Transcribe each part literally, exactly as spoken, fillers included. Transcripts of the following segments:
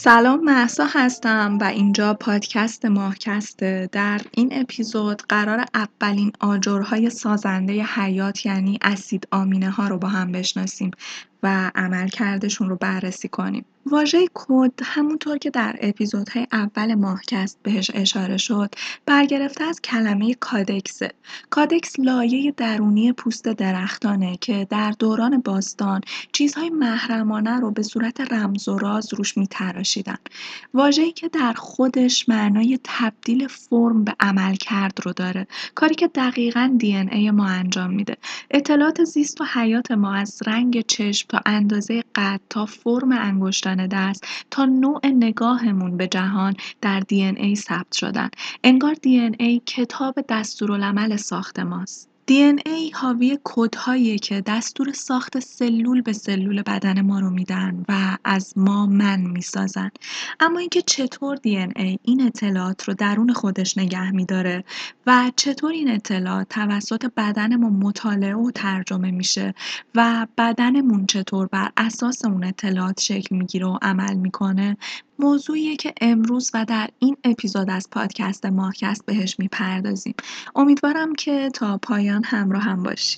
سلام، مهسا هستم و اینجا پادکست ماهکسته. در این اپیزود قرار اولین آجرهای سازنده حیات یعنی اسید آمینه ها رو با هم بشناسیم و عملکردشون رو بررسی کنیم. واژه کد همونطور که در اپیزودهای اول ماهکست بهش اشاره شد برگرفته از کلمه کادکسه. کادکس لایه درونی پوست درختانه که در دوران باستان چیزهای محرمانه رو به صورت رمز و راز روش میتراشیدن. واژه‌ای که در خودش معنای تبدیل فرم به عملکرد رو داره، کاری که دقیقاً دی ان ای ما انجام میده. اطلاعات زیست و حیات ما از رنگ چشم تا اندازه قد تا فرم انگشتان دست تا نوع نگاهمون به جهان در دی ان ای ثبت شدن. انگار دی ان ای کتاب دستورالعمل ساخت ماست. دی ان ای حاوی کدهاییه که دستور ساخت سلول به سلول بدن ما رو میدن و از ما من میسازن. اما اینکه چطور دی ان ای این اطلاعات رو درون خودش نگه میداره و چطور این اطلاعات توسط بدن ما مطالعه و ترجمه میشه و بدنمون چطور بر اساس اون اطلاعات شکل میگیره و عمل میکنه، موضوعیه که امروز و در این اپیزود از پادکست ماهکست بهش میپردازیم. امیدوارم که تا پایان همراه هم باشی.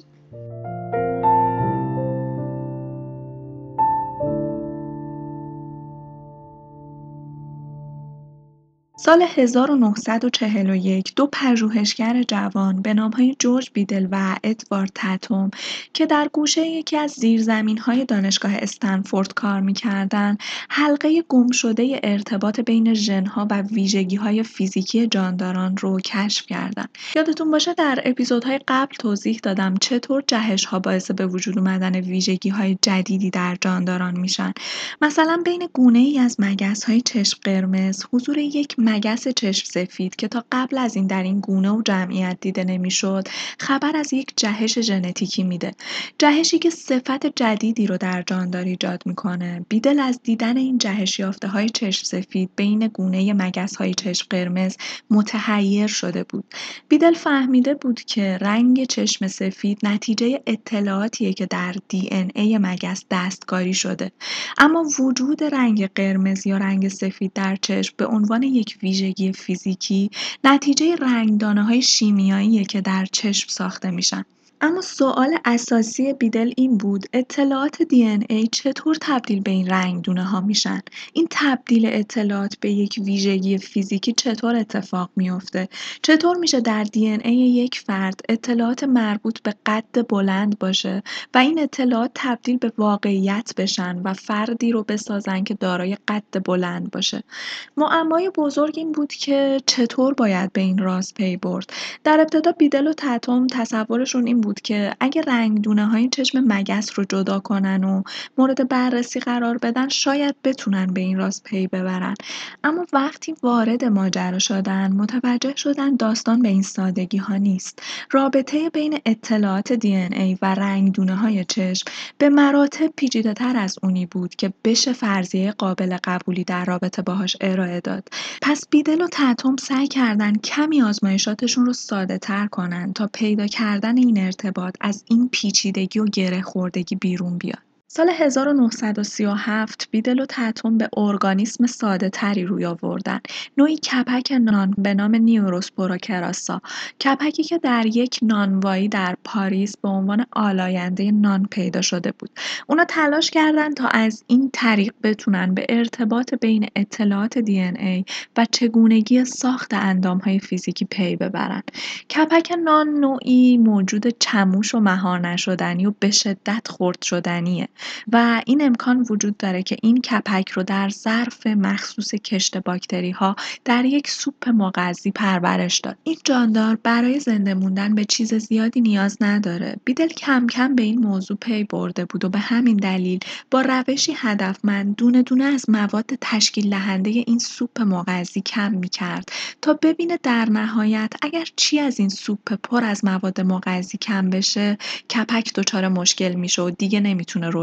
سال هزار و نهصد و چهل و یک دو پژوهشگر جوان به نام‌های جورج بیدل و ادوارد تاتوم که در گوشه یکی از زیرزمین‌های دانشگاه استنفورد کار می‌کردند، حلقه گمشده ارتباط بین ژن‌ها و ویژگی‌های فیزیکی جانداران رو کشف کردند. یادتون باشه در اپیزودهای قبل توضیح دادم چطور جهش‌ها باعث به وجود اومدن ویژگی‌های جدیدی در جانداران میشن. مثلا بین گونه‌ای از مگس‌های چشم قرمز حضور یک مگس چشم سفید که تا قبل از این در این گونه و جمعیت دیده نمیشد، خبر از یک جهش ژنتیکی میده. جهشی که صفت جدیدی رو در جاندار ایجاد میکنه. بیدل از دیدن این جهش یافته‌های چشم سفید بین گونه مگس‌های چشم قرمز متحیر شده بود. بیدل فهمیده بود که رنگ چشم سفید نتیجه اطلاعاتیه که در دی ان ای مگس دستکاری شده. اما وجود رنگ قرمز یا رنگ سفید در چشم به عنوان یک ویژگی فیزیکی نتیجه رنگدانه‌های شیمیاییه که در چشم ساخته میشن. اما سوال اساسی بیدل این بود اطلاعات دی ان ای چطور تبدیل به این رنگدونه ها میشن؟ این تبدیل اطلاعات به یک ویژگی فیزیکی چطور اتفاق میفته؟ چطور میشه در دی ان ای یک فرد اطلاعات مربوط به قد بلند باشه و این اطلاعات تبدیل به واقعیت بشن و فردی رو بسازن که دارای قد بلند باشه؟ معمای بزرگ این بود که چطور باید به این راز پی برد. در ابتدا بیدل و تاتوم تصورشون این بود که اگه رنگدونه‌های چشم مگس رو جدا کنن و مورد بررسی قرار بدن شاید بتونن به این راز پی ببرن. اما وقتی وارد ماجرا شدن متوجه شدن داستان به این سادگی ها نیست. رابطه بین اطلاعات دی ان ای و رنگدونه‌های چشم به مراتب پیچیده‌تر از اونی بود که بشه فرضیه قابل قبولی در رابطه باهاش ارائه داد. پس بیدل و تاتوم سعی کردن کمی آزمایشاتشون رو ساده تر کنن تا پیدا کردن این ارتباط از این پیچیدگی و گره خوردگی بیرون بیاد. سال هزار و نهصد و سی و هفت بیدل و تاتوم به ارگانیسم ساده تری روی آوردن. نوعی کپک نان به نام نیوروسپوروکراسا، کپکی که در یک نانوایی در پاریس به عنوان آلاینده نان پیدا شده بود. اونا تلاش کردن تا از این طریق بتونن به ارتباط بین اطلاعات دی ان ای و چگونگی ساخت اندامهای فیزیکی پی ببرن. کپک نان نوعی موجود چموش و مهار نشدنی و به شدت خرد شدنیه و این امکان وجود داره که این کپک رو در ظرف مخصوص کشت باکتری ها در یک سوپ مغذی پرورش داد. این جاندار برای زنده موندن به چیز زیادی نیاز نداره. بیدل کم کم به این موضوع پی برده بود و به همین دلیل با روشی هدفمند دونه دونه از مواد تشکیل دهنده این سوپ مغذی کم می‌کرد تا ببینه در نهایت اگر چی از این سوپ پر از مواد مغذی کم بشه کپک دچار مشکل میشه و دیگه نمیتونه رشد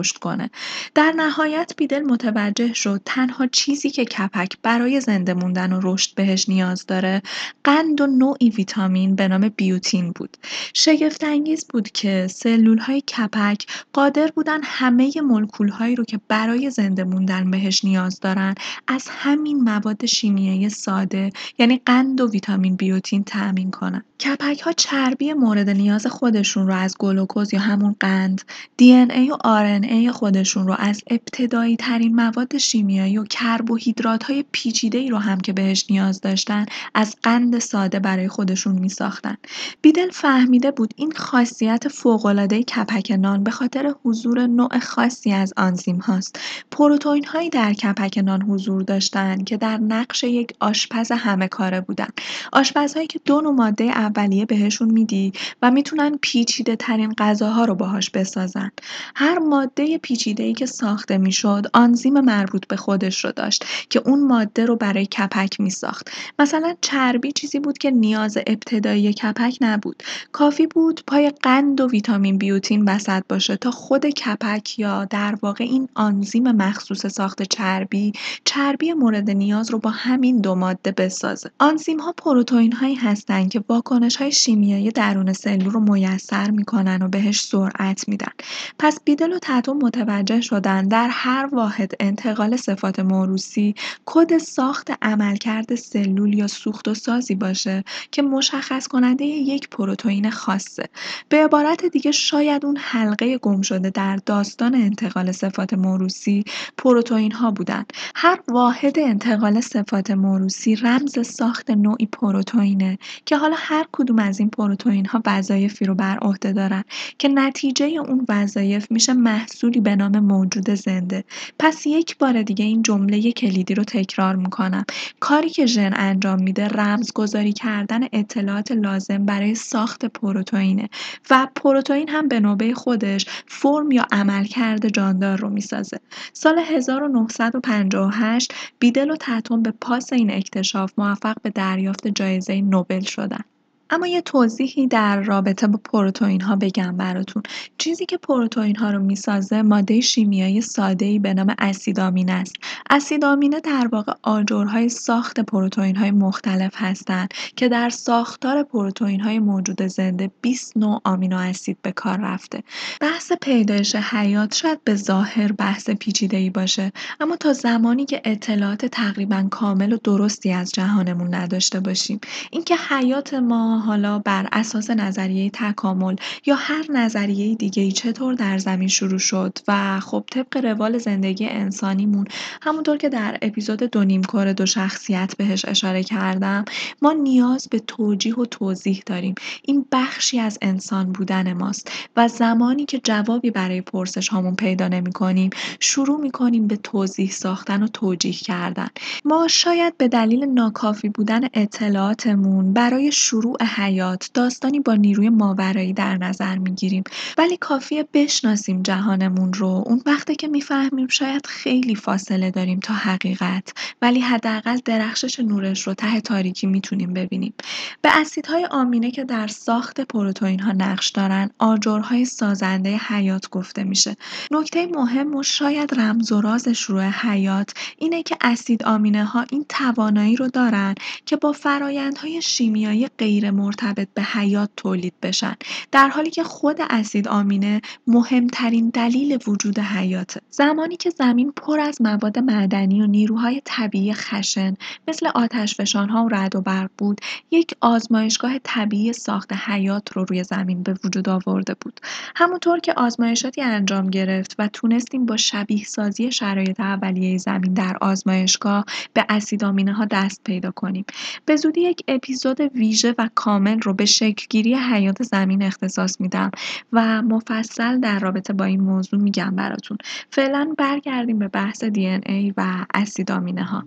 رشد کنه. در نهایت بیدل متوجه شد تنها چیزی که کپک برای زنده موندن و رشد بهش نیاز داره قند و نوعی ویتامین به نام بیوتین بود. شگفت‌انگیز بود که سلول‌های کپک قادر بودن همه مولکول‌هایی رو که برای زنده موندن بهش نیاز دارن از همین مواد شیمیایی ساده یعنی قند و ویتامین بیوتین تأمین کنن. کپک‌ها چربی مورد نیاز خودشون رو از گلوکز یا همون قند، دی ان ای و آر ان ای خودشون رو از ابتدایی ترین مواد شیمیایی و کربوهیدرات‌های پیچیده‌ای رو هم که بهش نیاز داشتن از قند ساده برای خودشون می‌ساختن. بیدل فهمیده بود این خاصیت فوق‌العاده کپک نان به خاطر حضور نوع خاصی از آنزیم هاست. پروتئین هایی در کپک نان حضور داشتند که در نقش یک آشپز همه کاره بودن. آشپزهایی که دو نوع ماده اولیه بهشون میدی و میتونن پیچیده ترین غذاها رو باهاش بسازن. هر ماده پیچیده‌ای که ساخته میشد آنزیم مربوط به خودش رو داشت که اون ماده رو برای کپک میساخت. مثلا چربی چیزی بود که نیاز ابتدایی کپک نبود. کافی بود پای قند و ویتامین بیوتین وسط باشه تا خود کپک یا در واقع این آنزیم مخصوص ساخت چربی چربی مورد نیاز رو با همین دو ماده بسازه. آنزیم ها پروتئین هایی هستن که واکنش های شیمیایی درون سلول رو میسر میکنن و بهش سرعت میدن. پس بیدل و تتو متوجه شدن در هر واحد انتقال صفات موروثی کد ساخت عملکرد سلول یا سوخت و سازی باشه که مشخص کننده یک پروتئین خاصه. به عبارت دیگه شاید اون حلقه گم شده در داستان انتقال صفات موروثی پروتئین ها بودن. هر واحد انتقال صفات موروثی رمز ساخت نوعی پروتئینه که حالا هر کدوم از این پروتئین ها وظایفی رو بر عهده دارن که نتیجه اون وظایف میشه محصولی به نام موجود زنده. پس یک بار دیگه این جمله کلیدی رو تکرار میکنم. کاری که ژن انجام میده رمزگذاری کردن اطلاعات لازم برای ساخت پروتئینه و پروتئین هم به نوبه خودش فرم یا عملکرد جاندار رو میسازه. سال هزار و نهصد و پنجاه و هشت بیدل و تتون به پاس این اکتشاف موفق به دریافت جایزه نوبل شدن. اما یه توضیحی در رابطه با پروتئین ها بگم براتون. چیزی که پروتئین ها رو میسازه ماده شیمیایی ساده‌ای به نام اسید آمینه است. اسید آمینه در واقع آجرهای ساخت پروتئین های مختلف هستند که در ساختار پروتئین های موجود زنده بیست نوع آمینو اسید به کار رفته. بحث پیدایش حیات شاید به ظاهر بحث پیچیده‌ای باشه، اما تا زمانی که اطلاعات تقریبا کامل و درستی از جهانمون نداشته باشیم اینکه حیات ما حالا بر اساس نظریه تکامل یا هر نظریه دیگه‌ای چطور در زمین شروع شد و خب طبق روال زندگی انسانیمون همونطور که در اپیزود دو نیم کره دو شخصیت بهش اشاره کردم ما نیاز به توجیه و توضیح داریم. این بخشی از انسان بودن ماست و زمانی که جوابی برای پرسش هامون پیدا نمی کنیم شروع می کنیم به توضیح ساختن و توجیه کردن. ما شاید به دلیل ناکافی بودن اطلاعاتمون برای شروع حیات داستانی با نیروی ماورایی در نظر می گیریم، ولی کافیه بشناسیم جهانمون رو. اون وقته که میفهمیم شاید خیلی فاصله داریم تا حقیقت، ولی حداقل درخشش نورش رو ته تاریکی میتونیم ببینیم. به اسیدهای آمینه که در ساخت پروتئین ها نقش دارن آجرهای سازنده حیات گفته میشه. نکته مهم و شاید رمز و راز شروع حیات اینه که اسید آمینه ها این توانایی رو دارن که با فرایندهای شیمیایی غیر مرتبط به حیات تولید بشن، در حالی که خود اسید آمینه مهمترین دلیل وجود حیاته. زمانی که زمین پر از مواد معدنی و نیروهای طبیعی خشن مثل آتشفشان‌ها و رعد و برق بود، یک آزمایشگاه طبیعی ساخت حیات رو روی زمین به وجود آورده بود. همونطور که آزمایشاتی انجام گرفت و تونستیم با شبیه سازی شرایط اولیه زمین در آزمایشگاه به اسید آمینه ها دست پیدا کنیم. به زودی یک اپیزود ویژه و کامل رو به شکلگیری حیات زمین اختصاص میدم و مفصل در رابطه با این موضوع میگم براتون. فعلا برگردیم به بحث دی ان ای و اسید آمینه ها.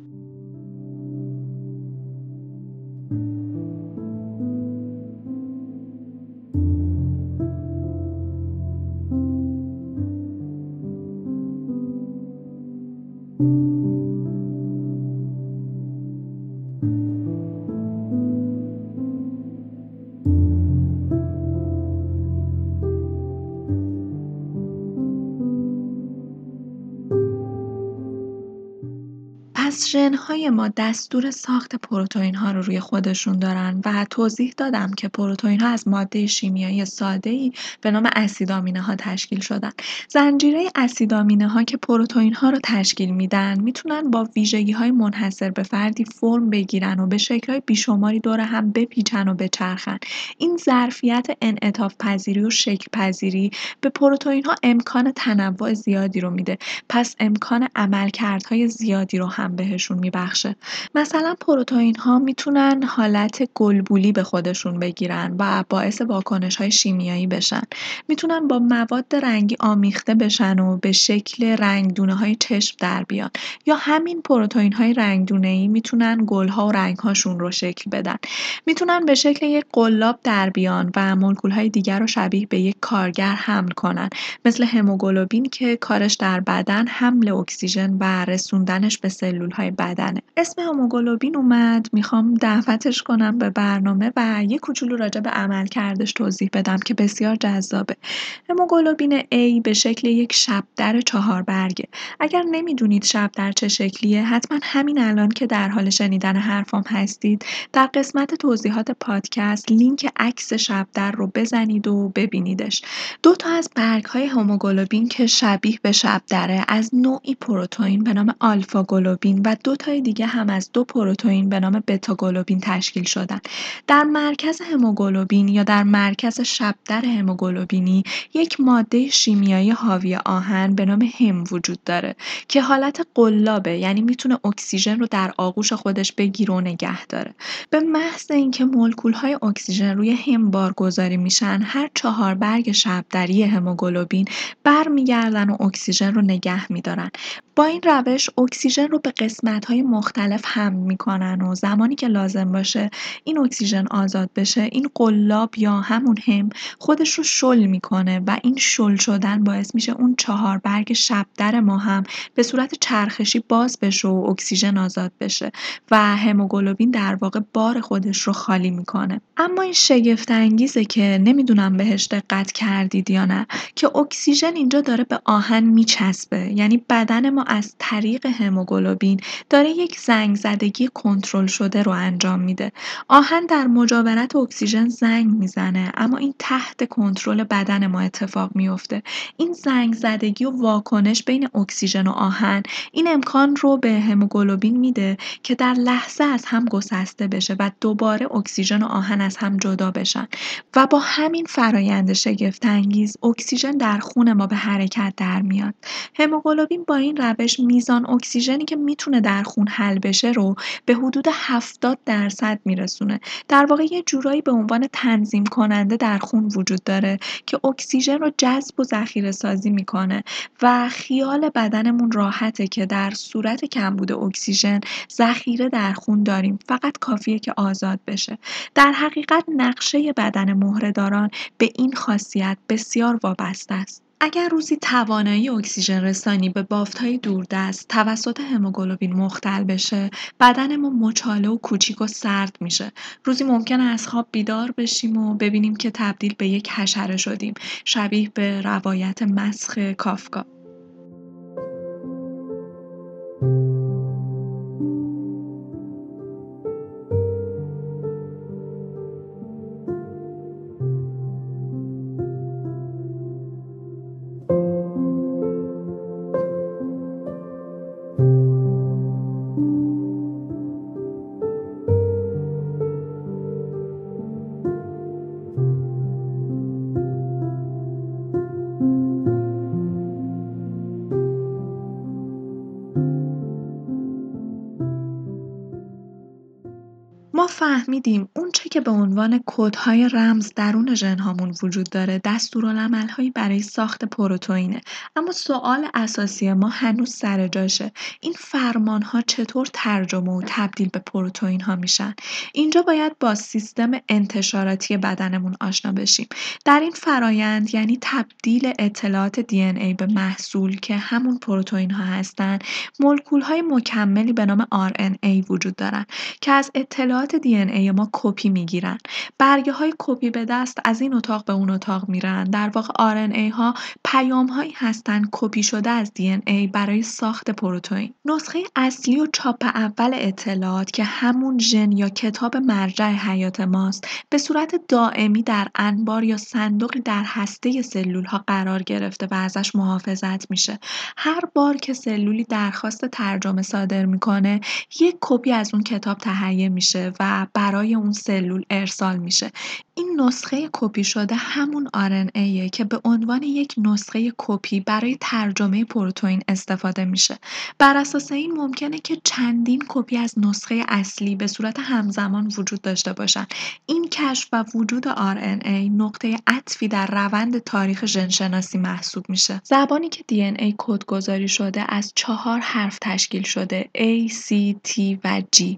پس ژن‌های ما دستور ساخت پروتئین‌ها رو روی خودشون دارن و توضیح دادم که پروتئین‌ها از ماده شیمیایی ساده‌ای به نام اسیدآمینه‌ها تشکیل شدن. زنجیره اسیدآمینه‌ها که پروتئین‌ها رو تشکیل میدن میتونن با ویژگی‌های منحصر به فردی فرم بگیرن و به شکل‌های بیشماری دور هم بپیچن و بچرخن. این ظرفیت انعطاف پذیری و شکل پذیری به پروتئین‌ها امکان تنوع زیادی رو میده. پس امکان عملکردهای زیادی رو هم بهشون میبخشه. مثلا پروتئین‌ها میتونن حالت گلبولی به خودشون بگیرن و باعث واکنش‌های شیمیایی بشن. میتونن با مواد رنگی آمیخته بشن و به شکل رنگدونه‌های چشم در بیان. یا همین پروتئین‌های رنگدونه‌ای میتونن گل‌ها و رنگ‌هاشون رو شکل بدن. میتونن به شکل یک قلاب در بیان و مولکول‌های دیگر رو شبیه به یک کارگر حمل کنن. مثل هموگلوبین که کارش در بدن حمل اکسیژن و رسوندنش به سلول‌های بدنه. اسم هموگلوبین اومد میخوام دعوتش کنم به برنامه و یه کوچولو راجع به عملکردش توضیح بدم که بسیار جذابه. هموگلوبین A به شکل یک شبدر چهار برگه. اگر نمیدونید شبدر چه شکلیه حتما همین الان که در حال شنیدن حرفام هستید در قسمت توضیحات پادکست لینک عکس شبدر رو بزنید و ببینیدش. دو تا از برگ‌های هموگلوبین که شبیه به شبدره از نوعی پروتئین به نام آلفا گلوبین و دو تای دیگه هم از دو پروتئین به نام بتا گلوبین تشکیل شدن. در مرکز هموگلوبین یا در مرکز شبدر هموگلوبینی یک ماده شیمیایی حاوی آهن به نام هم وجود داره که حالت قلابه، یعنی میتونه اکسیژن رو در آغوش خودش بگیره و نگه داره. به محض اینکه مولکول‌های اکسیژن روی هم بارگذاری میشن هر چهار برگ شبدری هموگلوبین برمیگردن و اکسیژن رو نگه میدارن. با این روش اکسیژن رو به قسمت‌های مختلف حمل میکنن و زمانی که لازم باشه این اکسیژن آزاد بشه این قلاب یا همون هم خودش رو شل میکنه و این شل شدن باعث میشه اون چهار برگ شبدر ما هم به صورت چرخشی باز بشه و اکسیژن آزاد بشه و هموگلوبین در واقع بار خودش رو خالی میکنه. اما این شگفت انگیزه که نمیدونم بهش دقت کردید یا نه که اکسیژن اینجا داره به آهن میچسبه، یعنی بدن ما از طریق هموگلوبین داره یک زنگ زدگی کنترل شده رو انجام میده. آهن در مجاورت اکسیژن زنگ میزنه اما این تحت کنترل بدن ما اتفاق میفته. این زنگ زدگی و واکنش بین اکسیژن و آهن این امکان رو به هموگلوبین میده که در لحظه از هم گسسته بشه و دوباره اکسیژن و آهن از هم جدا بشن و با همین فرایند شگفت انگیز اکسیژن در خون ما به حرکت در میاد. هموگلوبین با این روش میزان اکسیژنی که میتونه در خون حل بشه رو به حدود هفتاد درصد میرسونه. در واقع یه جورایی به عنوان تنظیم کننده در خون وجود داره که اکسیژن رو جذب و ذخیره سازی میکنه و خیال بدنمون راحته که در صورت کمبود اکسیژن ذخیره در خون داریم، فقط کافیه که آزاد بشه. در حقیقت نقشه بدن مهره‌داران به این خاصیت بسیار وابسته است. اگر روزی توانایی اکسیژن رسانی به بافت‌های دوردست توسط هموگلوبین مختل بشه، بدنمون مچاله و کوچیک و سرد میشه. روزی ممکنه از خواب بیدار بشیم و ببینیم که تبدیل به یک حشره شدیم، شبیه به روایت مسخ کافکا. ما فهمیدیم اونچه که به عنوان کدهای رمز درون ژن‌هامون وجود داره دستورالعمل‌هایی برای ساخت پروتئینه، اما سوال اساسی ما هنوز سر جاشه. این فرمان‌ها چطور ترجمه و تبدیل به پروتئین‌ها میشن؟ اینجا باید با سیستم انتشاراتی بدنمون آشنا بشیم. در این فرایند یعنی تبدیل اطلاعات دی ان ای به محصول که همون پروتئین‌ها هستن، مولکول‌های مکملی به نام آر ان ای وجود دارن که از اطلاعات دی ان ای ما کپی میگیرن. برگه های کپی به دست از این اتاق به اون اتاق میرن. در واقع آر ان ای ها پیام‌هایی هستند کپی شده از دی ان ای برای ساخت پروتئین. نسخه اصلی و چاپ اول اطلاعات که همون ژن یا کتاب مرجع حیات ماست، به صورت دائمی در انبار یا صندوقی در هسته سلول‌ها قرار گرفته و ازش محافظت میشه. هر بار که سلولی درخواست ترجمه صادر میکنه، یک کپی از اون کتاب تهیه میشه و برای اون سلول ارسال میشه. این نسخه کپی شده همون آر ان ایه که به عنوان یک نسخه کپی برای ترجمه پروتئین استفاده میشه. بر اساس این ممکنه که چندین کپی از نسخه اصلی به صورت همزمان وجود داشته باشن. این کشف و وجود آر ان ای نقطه عطفی در روند تاریخ ژن‌شناسی محسوب میشه. زبانی که دی ان ای کدگذاری شده از چهار حرف تشکیل شده: A, C, T و G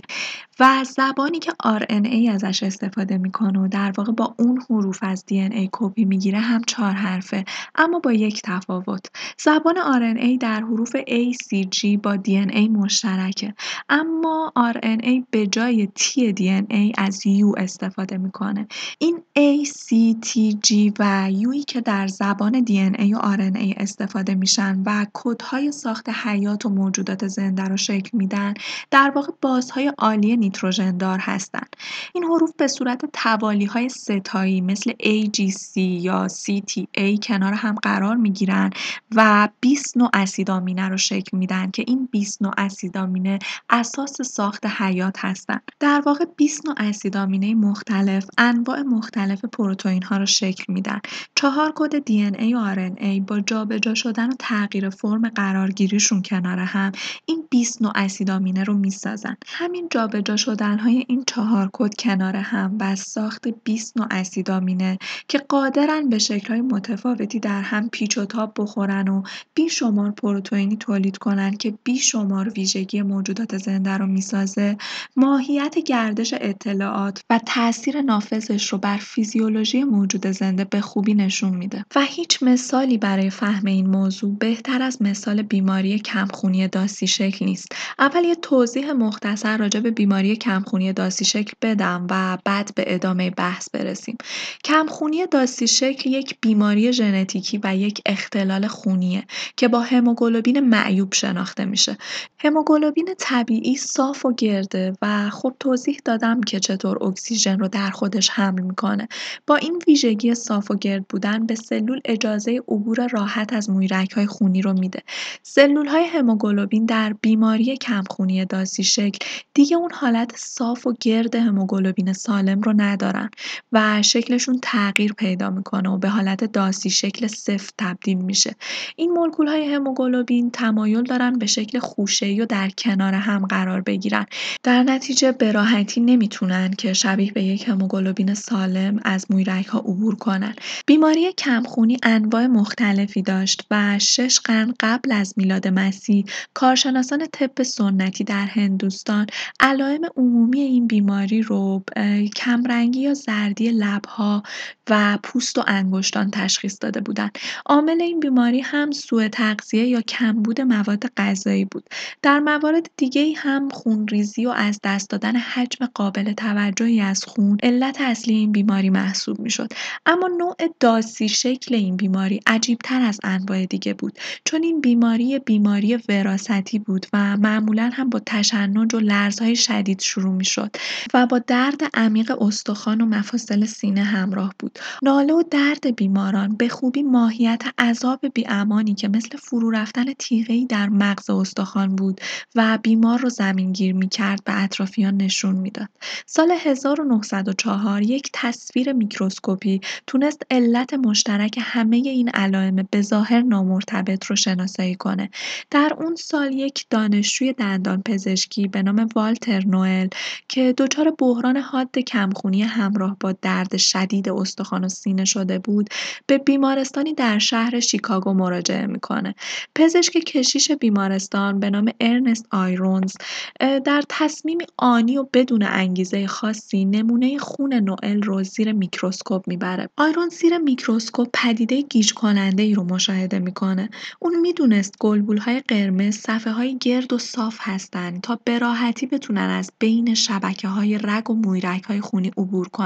و زبانی که آر ان ای ازش استفاده میکنه و در واقع با اون حروف از دی ان ای کپی میگیره هم چهار حرفه، اما با یک تفاوت. زبان آر ان ای در حروف A, C, G با دی ان ای مشترکه، اما آر ان ای به جای T دی ان ای از U استفاده میکنه. این A, C, T, G و Uی که در زبان دی ان ای و آر ان ای استفاده میشن و کدهای ساخت حیات و موجودات زنده رو شکل میدن، در واقع بازهای عالی نیتروژن دار هستند. این حروف به صورت توالیهای ستایی مثل A, G, C یا C, T, A کنار هم قرار میگیرن و بیست نوع اسیدآمینه رو شکل میدن که این بیست نوع اسیدآمینه اساس ساخت حیات هستند. در واقع بیست نوع اسیدآمینه مختلف انواع مختلف پروتئین ها رو شکل میدن. چهار کد دی ان ای و آر ان ای با جابجا شدن و تغییر فرم قرارگیریشون کنار هم این بیست نوع اسیدآمینه رو میسازن. همین جابجا شدن‌های این چهار کد کنار هم و ساخت بیست نوع اسیدآمینه که قادرن به شکل‌های متفاوتی در هم پیچ و تاب بخورن و بیشمار پروتئینی تولید کنن که بیشمار ویژگی موجودات زنده رو میسازه، ماهیت گردش اطلاعات و تأثیر نافذش رو بر فیزیولوژی موجود زنده به خوبی نشون میده. و هیچ مثالی برای فهم این موضوع بهتر از مثال بیماری کمخونی داسی شکل نیست. اول یه توضیح مختصر راجع به بیماری کمخونی داسی شکل بدم و بعد به ادامه بحث برسیم. کمخونی داسی شکل یک بیماری ژنتیکی و یک اختلال خونیه که با هموگلوبین معیوب شناخته میشه. هموگلوبین طبیعی صاف و گرده و خب توضیح دادم که چطور اکسیژن رو در خودش حمل میکنه. با این ویژگی صاف و گرد بودن به سلول اجازه عبور راحت از مویرگ‌های خونی رو میده. سلول‌های هموگلوبین در بیماری کمخونی داسی شکل دیگه اون حالت صاف و گرد هموگلوبین سالم رو ندارن و شکلشون تغییر پیدا میکنه و به حالت داسی شکل سفت تبدیل میشه. این مولکول‌های هموگلوبین تمایل دارن به شکل خوشه‌ای و در کنار هم قرار بگیرن. در نتیجه به راحتی نمیتونن که شبیه به یک هموگلوبین سالم از مویرگ‌ها عبور کنن. بیماری کمخونی انواع مختلفی داشت و شش قرن قبل از میلاد مسیح کارشناسان طب سنتی در هندوستان علائم عمومی این بیماری رو کمرنگی یا زردی لب‌ها و پوست و انگشتان تشخیص داده بودند. عامل این بیماری هم سوء تغذیه یا کمبود مواد غذایی بود. در موارد دیگه‌ای هم خونریزی و از دست دادن حجم قابل توجهی از خون علت اصلی این بیماری محسوب می‌شد. اما نوع داسی شکل این بیماری عجیب‌تر از انواع دیگه بود، چون این بیماری بیماری وراثتی بود و معمولاً هم با تشنج و لرزهای شدید شروع می‌شد و با درد عمیق استخوان و مفاصل سینه همراه بود. ناله و درد بیماران به خوبی ماهیت عذاب بی‌امانی که مثل فرو رفتن تیغه‌ای در مغز استخوان بود و بیمار رو زمینگیر می‌کرد به اطرافیان نشون میداد. سال هزار و نهصد و چهار یک تصویر میکروسکوپی تونست علت مشترک همه این علائم به‌ظاهر نامرتبط رو شناسایی کنه. در اون سال یک دانشجوی دندانپزشکی به نام والتر نوئل که دچار بحران حاد کمخونی همراه با درد شدید استخوان و سینه شده بود، به بیمارستانی در شهر شیکاگو مراجعه میکنه. پزشک کشیش بیمارستان به نام ارنست آیرونز در تصمیمی آنی و بدون انگیزه خاصی نمونه خون نوئل رو زیر میکروسکوپ میبره. آیرون زیر میکروسکوپ پدیده گیج کننده ای رو مشاهده میکنه. اون میدونست گلبولهای قرمز صفحه های گرد و صاف هستن تا به راحتی بتونن از بین شبکه های رگ و مویرگ های خونی عبور کنن.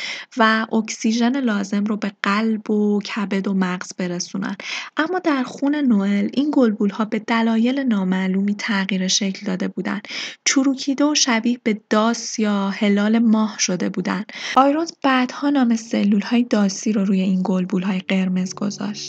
و اکسیژن لازم رو به قلب و کبد و مغز برسونن. اما در خون نوئل این گلبول‌ها به دلایل نامعلومی تغییر شکل داده بودند. چروکیده و شبیه به داس یا هلال ماه شده بودند. آیرونز بعدها نام سلول‌های داسی رو روی این گلبول‌های قرمز گذاشت.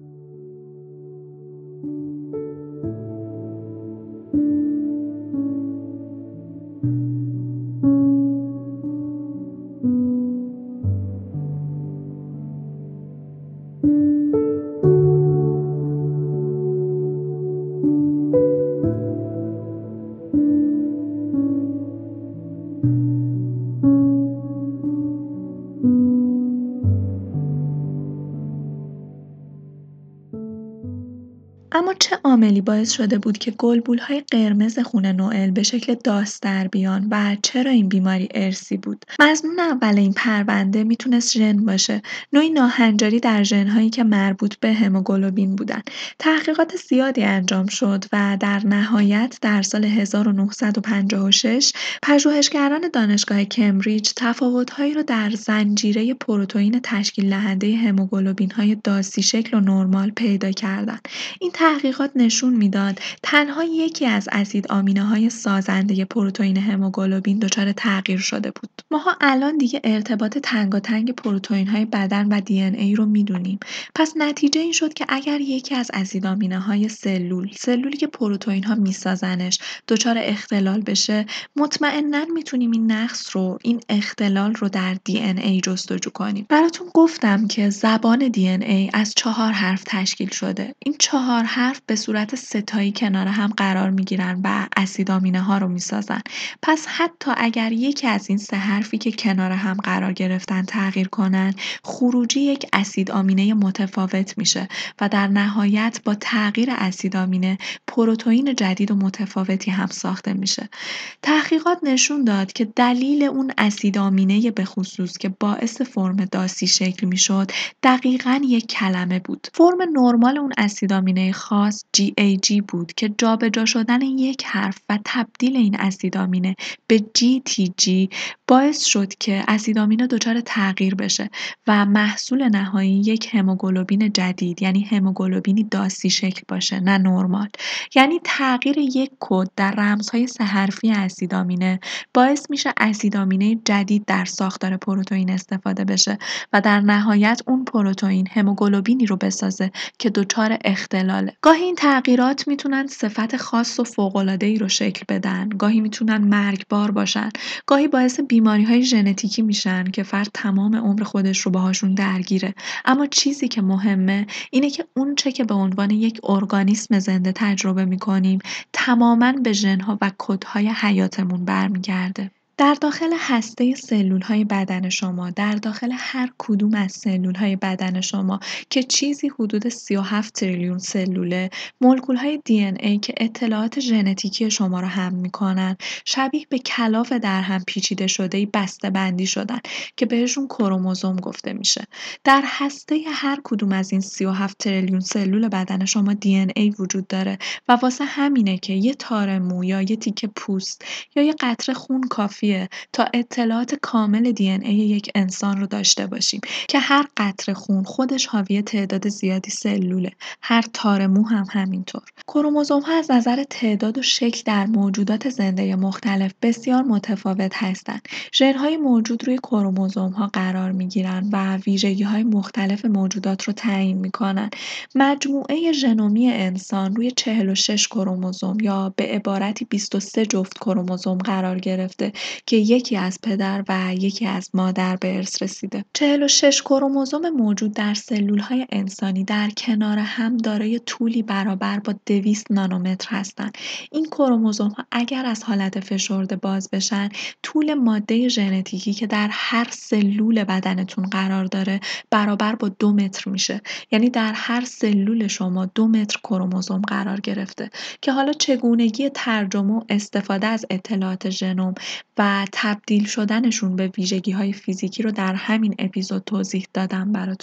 اما چه عاملی باعث شده بود که گلبول‌های قرمز خون نوئل به شکل داس در بیان و چرا این بیماری ارثی بود؟ مظنون اول این پرونده میتونست ژن باشه، نوعی ناهنجاری در ژن‌هایی که مربوط به هموگلوبین بودن. تحقیقات زیادی انجام شد و در نهایت در سال هزار و نهصد و پنجاه و شش پژوهشگران دانشگاه کمبریج تفاوت‌هایی را در زنجیره پروتئین تشکیل دهنده هموگلوبین‌های داسی شکل و نرمال پیدا کردند. این تحقیقات نشون میداد تنها یکی از اسیدآمینه‌های سازنده پروتئین هموگلوبین دچار تغییر شده بود. ماها الان دیگه ارتباط تنگاتنگ پروتئین‌های بدن و دی ان ای رو میدونیم. پس نتیجه این شد که اگر یکی از اسیدآمینه‌های سلول، سلولی که پروتئین‌ها میسازنش، دچار اختلال بشه، مطمئناً میتونیم این نقص رو، این اختلال رو در دی ان ای جستجو کنیم. براتون گفتم که زبان دی ان ای از چهار حرف تشکیل شده. این چهار حرف به صورت ستایی کنار هم قرار میگیرن و اسیدآمینه‌ها رو میسازن. پس حتی اگر یکی از این سه حرفی که کنار هم قرار گرفتن تغییر کنن، خروجی یک اسیدآمینه متفاوت میشه و در نهایت با تغییر اسیدآمینه پروتئین جدید و متفاوتی هم ساخته میشه. تحقیقات نشون داد که دلیل اون اسیدآمینه به خصوص که باعث فرم داسی شکل میشد دقیقاً یک کلمه بود. فرم نرمال اون اسیدآمینه خاص جی ای جی بود که جابجا شدن یک حرف و تبدیل این اسیدآمینه به جی تی جی باعث شد که اسیدآمینه دچار تغییر بشه و محصول نهایی یک هموگلوبین جدید، یعنی هموگلوبینی داسی شکل باشه، نه نرمال. یعنی تغییر یک کد در رمزهای سه حرفی اسیدآمینه باعث میشه اسیدآمینه جدید در ساختار پروتئین استفاده بشه و در نهایت اون پروتئین هموگلوبینی رو بسازه که دچار اختلاله. گاهی این تغییرات میتونن صفت خاص و فوق‌العاده‌ای رو شکل بدن، گاهی میتونن مرگبار باشن، گاهی باعث بیماری‌های ژنتیکی میشن که فرد تمام عمر خودش رو باهاشون درگیره. اما چیزی که مهمه اینه که اون چه که به عنوان یک ارگانیسم زنده تجربه میکنیم تماماً به ژن‌ها و کدهای حیاتمون برمیگرده. در داخل هسته سلول‌های بدن شما، در داخل هر کدوم از سلول‌های بدن شما که چیزی حدود سی و هفت تریلیون سلوله، مولکول‌های دی ان ای که اطلاعات ژنتیکی شما رو حمل می‌کنن، شبیه به کلاف در هم پیچیده شده‌ای بسته‌بندی شدن که بهشون کروموزوم گفته میشه. در هسته هر کدوم از این سی و هفت تریلیون سلول بدن شما دی ان ای وجود داره و واسه همینه که یه تار مو یا یه تیکه پوست یا یه قطره خون کافیه تا اطلاعات کامل دی ان ای یک انسان رو داشته باشیم که هر قطره خون خودش حاوی تعداد زیادی سلوله، هر تار مو هم همینطور. کروموزوم ها از نظر تعداد و شکل در موجودات زنده مختلف بسیار متفاوت هستند. ژن‌های موجود روی کروموزوم ها قرار میگیرن و ویژگی های مختلف موجودات رو تعیین میکنن. مجموعه ژنومی انسان روی چهل و شش کروموزوم یا به عبارتی بیست و سه جفت کروموزوم قرار گرفته که یکی از پدر و یکی از مادر به ارث رسیده. چهل و شش کروموزوم موجود در سلول‌های انسانی در کنار هم دارای طولی برابر با دویست نانومتر هستند. این کروموزوم‌ها اگر از حالت فشرده باز بشن، طول ماده ژنتیکی که در هر سلول بدنتون قرار داره برابر با دو متر میشه. یعنی در هر سلول شما دو متر کروموزوم قرار گرفته که حالا چگونگی ترجمه و استفاده از اطلاعات ژنوم و تبدیل شدنشون به ویژگی‌های فیزیکی رو در همین اپیزود توضیح دادم براتون.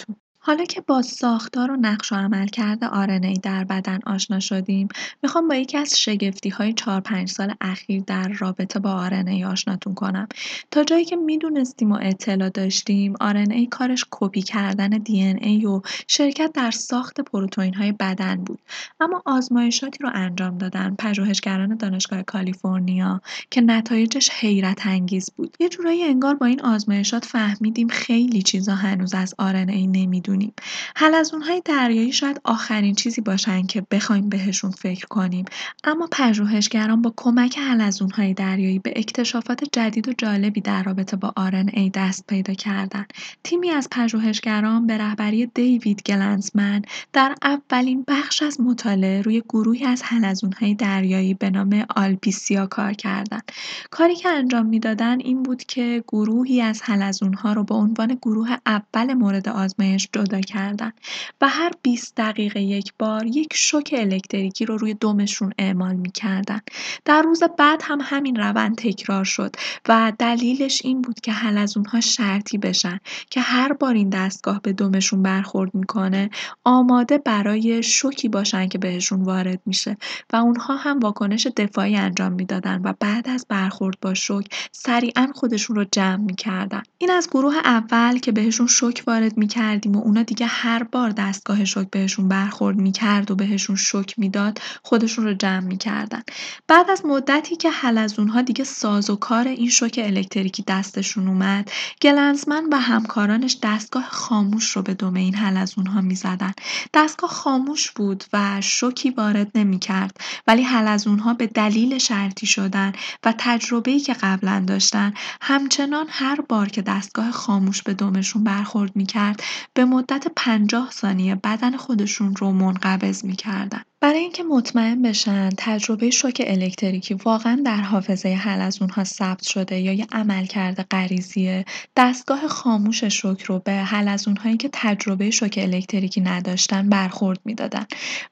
حالا که با ساختار و نقش و عملکرد آر‌ان‌ای در بدن آشنا شدیم، میخوام با یکی از شگفتی‌های چهار پنج سال اخیر در رابطه با آر‌ان‌ای آشناتون کنم. تا جایی که میدونستیم و اطلاع داشتیم، آر‌ان‌ای کارش کپی کردن دی‌ان‌ای و شرکت در ساخت پروتئین‌های بدن بود. اما آزمایشاتی رو انجام دادن پژوهشگران دانشگاه کالیفرنیا که نتایجش حیرت انگیز بود. یه جورایی انگار با این آزمایشات فهمیدیم خیلی چیزا هنوز از آر‌ان‌ای نمیدونیم. حلزون‌های دریایی شاید آخرین چیزی باشن که بخوایم بهشون فکر کنیم، اما پژوهشگران با کمک حلزون‌های دریایی به اکتشافات جدید و جالبی در رابطه با آر‌ان‌ای دست پیدا کردن. تیمی از پژوهشگران به رهبری دیوید گلنزمن در اولین بخش از مطالعه روی گروهی از حلزون‌های دریایی به نام آلپیسیا کار کردند. کاری که انجام میدادن این بود که گروهی از حلزون‌ها رو به عنوان گروه اول مورد آزمایش جدا کردن و هر بیست دقیقه یک بار یک شوک الکتریکی رو روی دمشون اعمال می‌کردن. در روز بعد هم همین روند تکرار شد و دلیلش این بود که حلزون‌ها شرطی بشن که هر بار این دستگاه به دمشون برخورد میکنه آماده برای شوکی باشن که بهشون وارد میشه و اونها هم واکنش دفاعی انجام میدادن و بعد از برخورد با شوک سریعا خودشون رو جمع میکردن. این از گروه اول که بهشون شوک وارد میکردیم و اونا دیگه هر بار دستگاه شوک بهشون برخورد میکرد و بهشون شوک میداد خودشون رو جمع میکردن. بعد از مدتی که حلزون‌ها دیگه سازوکار این شوک الکتریکی دستشون اومد، گلنزمن و همکارانش دستگاه خاموش رو به دم این حلزون‌ها می‌زدن. دستگاه خاموش بود و شوکی وارد نمی‌کرد، ولی حلزون‌ها به دلیل شرطی شدن و تجربه‌ای که قبلا داشتن، همچنان هر بار که دستگاه خاموش به دمشون برخورد می‌کرد، به مدت پنجاه ثانیه بدن خودشون رو منقبض می‌کردن. برای اینکه مطمئن بشن تجربه شوک الکتریکی واقعا در حافظه حلزون‌ها ثبت شده یا یه عملکرد غریزیه، دستگاه خاموش شوک رو به حلزون‌هایی که تجربه شوک الکتریکی نداشتن برخورد میدادن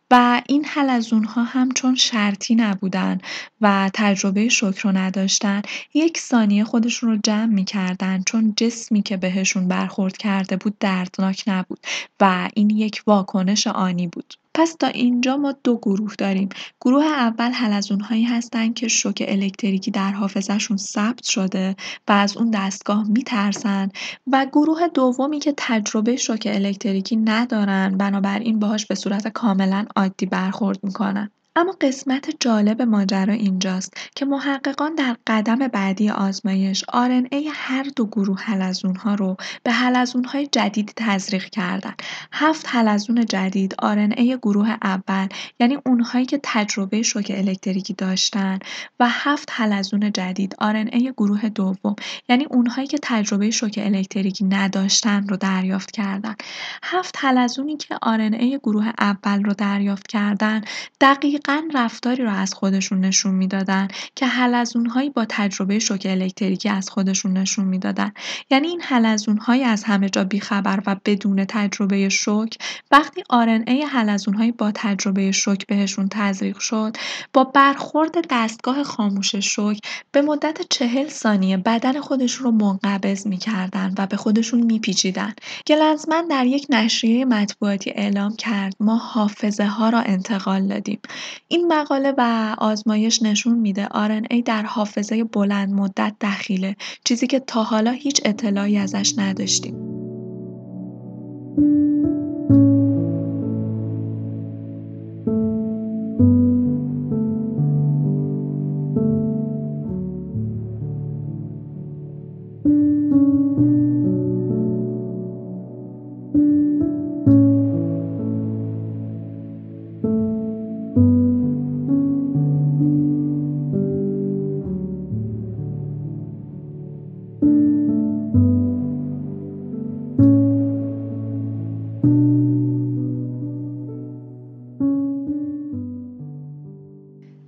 و این حلزون‌ها هم چون شرطی نبودن و تجربه شوک رو نداشتن، یک ثانیه خودشون رو جمع می‌کردن چون جسمی که بهشون برخورد کرده بود دردناک نبود و این یک واکنش آنی بود. پس تا اینجا ما دو گروه داریم. گروه اول حلزون‌هایی هستن که شوک الکتریکی در حافظه‌شون ثبت شده و از اون دستگاه می‌ترسن و گروه دومی که تجربه شوک الکتریکی ندارن بنابراین باهاش به صورت کاملا عادی برخورد میکنن. اما قسمت جالب ماجرا اینجاست که محققان در قدم بعدی آزمایش آر‌ان‌ای هر دو گروه حلزون‌ها رو به حلزون‌های جدید تزریق کردن. هفت حلزون جدید آر‌ان‌ای گروه اول، یعنی اونهایی که تجربه شوک الکتریکی داشتن، و هفت حلزون جدید آر‌ان‌ای گروه دوم، یعنی اونهایی که تجربه شوک الکتریکی نداشتن رو دریافت کردن. هفت حلزونی که آر‌ان‌ای گروه اول رو دریافت کردن دقیقاً رفتاری رو از خودشون نشون میدادن که حلزون‌هایی با تجربه شوک الکتریکی از خودشون نشون میدادن. یعنی این حلزون‌های از همه جا بیخبر و بدون تجربه شوک وقتی آر‌ان‌ای حلزون‌های با تجربه شوک بهشون تزریق شد، با برخورد دستگاه خاموش شوک به مدت چهل ثانیه بدن خودشون رو منقبض می‌کردن و به خودشون می‌پیچیدن. گلنزمن در یک نشریه مطبوعاتی اعلام کرد ما حافظه ها را انتقال دادیم. این مقاله و آزمایش نشون میده آر‌ان‌ای در حافظه بلند مدت دخیله، چیزی که تا حالا هیچ اطلاعی ازش نداشتیم.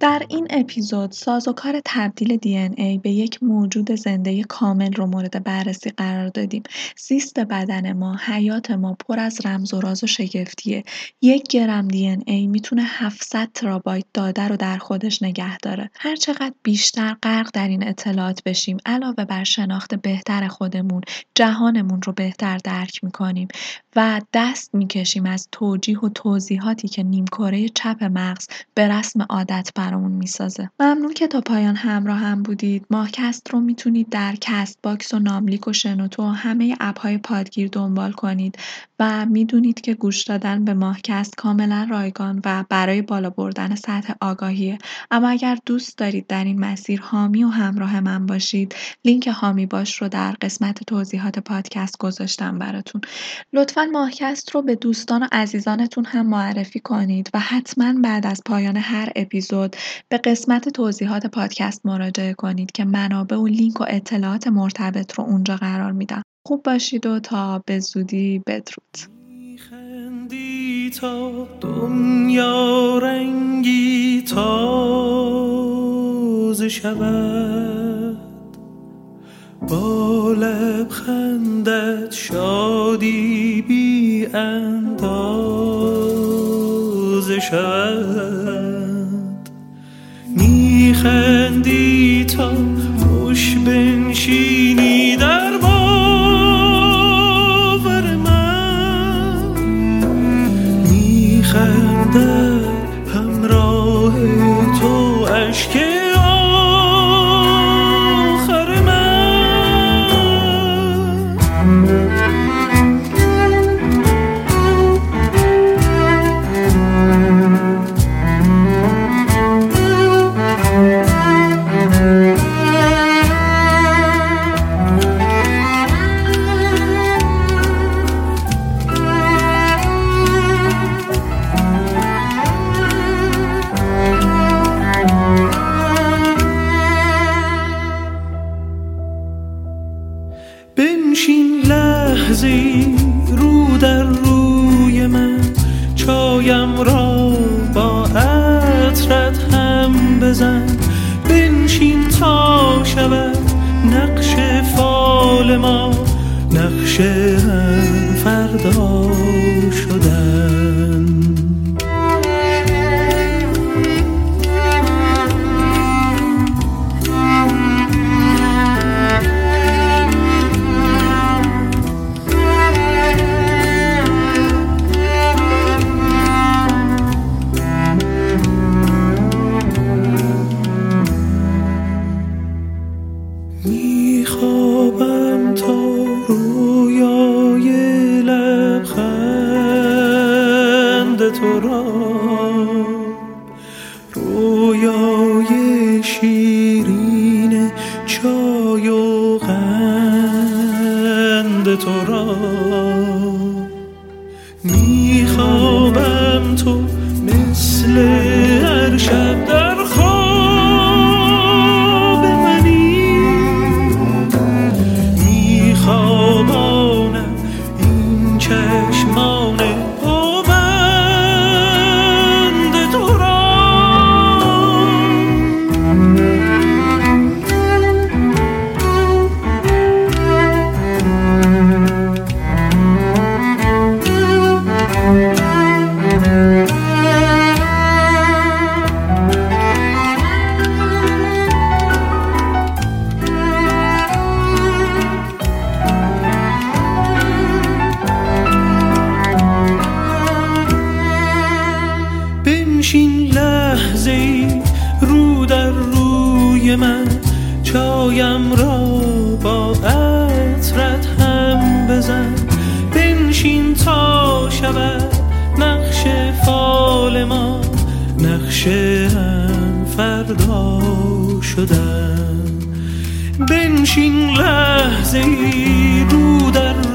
در این اپیزود سازوکار تبدیل دی ان ای به یک موجود زنده کامل رو مورد بررسی قرار دادیم. سیست بدن ما، حیات ما پر از رمز و راز و شگفتیه. یک گرم دی ان ای میتونه هفتصد ترابایت داده رو در خودش نگه داره. هر چقدر بیشتر غرق در این اطلاعات بشیم، علاوه بر شناخت بهتر خودمون، جهانمون رو بهتر درک میکنیم و دست میکشیم از توجیه و توضیحاتی که نیمکره چپ مغز به رسم عادت برامون میسازه. ممنون که تا پایان همراه هم بودید. ماهکست رو میتونید در کست باکس و ناملیک و شنوتو و همه اپ‌های پادگیر دنبال کنید و میدونید که گوش دادن به ماهکست کاملا رایگان و برای بالا بردن سطح آگاهیه. اما اگر دوست دارید در این مسیر حامی و همراه من باشید، لینک حامی باش رو در قسمت توضیحات پادکست گذاشتم براتون. لطفاً ماهکست رو به دوستان و عزیزانتون هم معرفی کنید و حتماً بعد از پایان هر اپیزود به قسمت توضیحات پادکست مراجعه کنید که منابع و لینک و اطلاعات مرتبط رو اونجا قرار میدم. خوب باشید و تا به زودی بدرود. میخندی تا دنیا رنگی تازه شود، با لبخندت شادی بی اندازه شود. میخندی تا خوش بنشینی در باور من، میخندد همراه تو اشک آخر من. بنشین لحظه‌ای رو در روی من، چایم را با عطرت هم بزن. بنشین تا شود نقش فال ما، نقش هم فردا شدن. میخوابم تا رویای لبخند تو را، رویای شیرین چای و قند تو را. میخوابم تو مثل هر شب در خواب منی، میخوابانم این چشمان پابند تو را. بنشین لحظه‌ای رو در روی من، چایم را با عطرت هم بزن. بنشین تا شود نقش فال ما، نقش هم فردا شدن. بنشین لحظه‌ای رو در